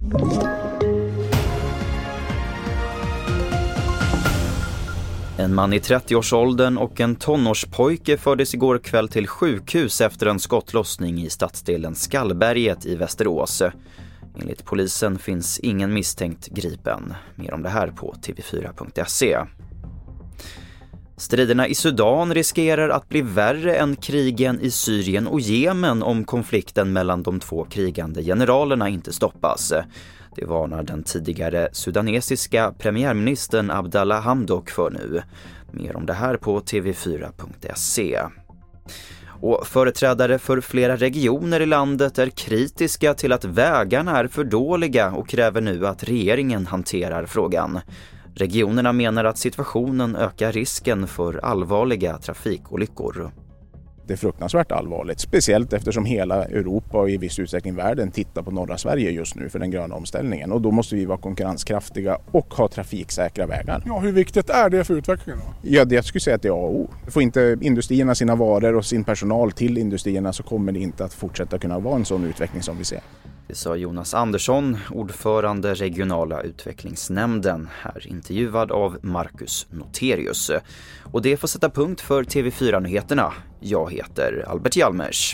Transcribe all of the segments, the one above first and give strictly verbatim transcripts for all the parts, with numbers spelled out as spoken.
En man i trettioårsåldern och en tonårspojke fördes igår kväll till sjukhus efter en skottlossning i stadsdelen Skallberget i Västerås. Enligt polisen finns ingen misstänkt gripen. Mer om det här på t v fyra punkt se. Striderna i Sudan riskerar att bli värre än krigen i Syrien och Jemen om konflikten mellan de två krigande generalerna inte stoppas. Det varnar den tidigare sudanesiska premiärministern Abdallah Hamdok för nu. Mer om det här på t v fyra punkt se. Och företrädare för flera regioner i landet är kritiska till att vägarna är för dåliga och kräver nu att regeringen hanterar frågan. Regionerna menar att situationen ökar risken för allvarliga trafikolyckor. Det är fruktansvärt allvarligt, speciellt eftersom hela Europa och i viss utsträckning världen tittar på norra Sverige just nu för den gröna omställningen. Och då måste vi vara konkurrenskraftiga och ha trafiksäkra vägar. Ja, hur viktigt är det för utvecklingen då? Ja, det jag skulle säga att det är A och O. Får inte industrierna sina varor och sin personal till industrierna så kommer det inte att fortsätta kunna vara en sån utveckling som vi ser. Det sa Jonas Andersson, ordförande regionala utvecklingsnämnden, här intervjuad av Marcus Noterius. Och det får sätta punkt för T V fyra-nyheterna. Jag heter Albert Hjalmers.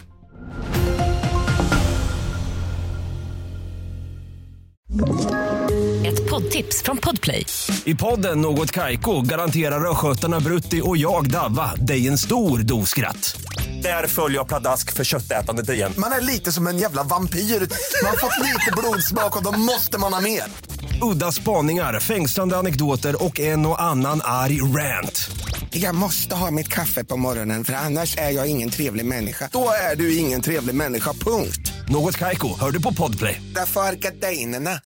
Ett poddtips från Podplay. I podden Något Kaiko garanterar röskötarna Brutti och jag Davva dig en stor doskratt. Där följer jag pladask för köttätandet igen. Man är lite som en jävla vampyr. Man har fått lite blodsmak och då måste man ha mer. Udda spaningar, fängslande anekdoter och en och annan arg rant. Jag måste ha mitt kaffe på morgonen för annars är jag ingen trevlig människa. Då är du ingen trevlig människa, punkt. Något Kaiko, hör du på Podplay. Därför är gardinerna.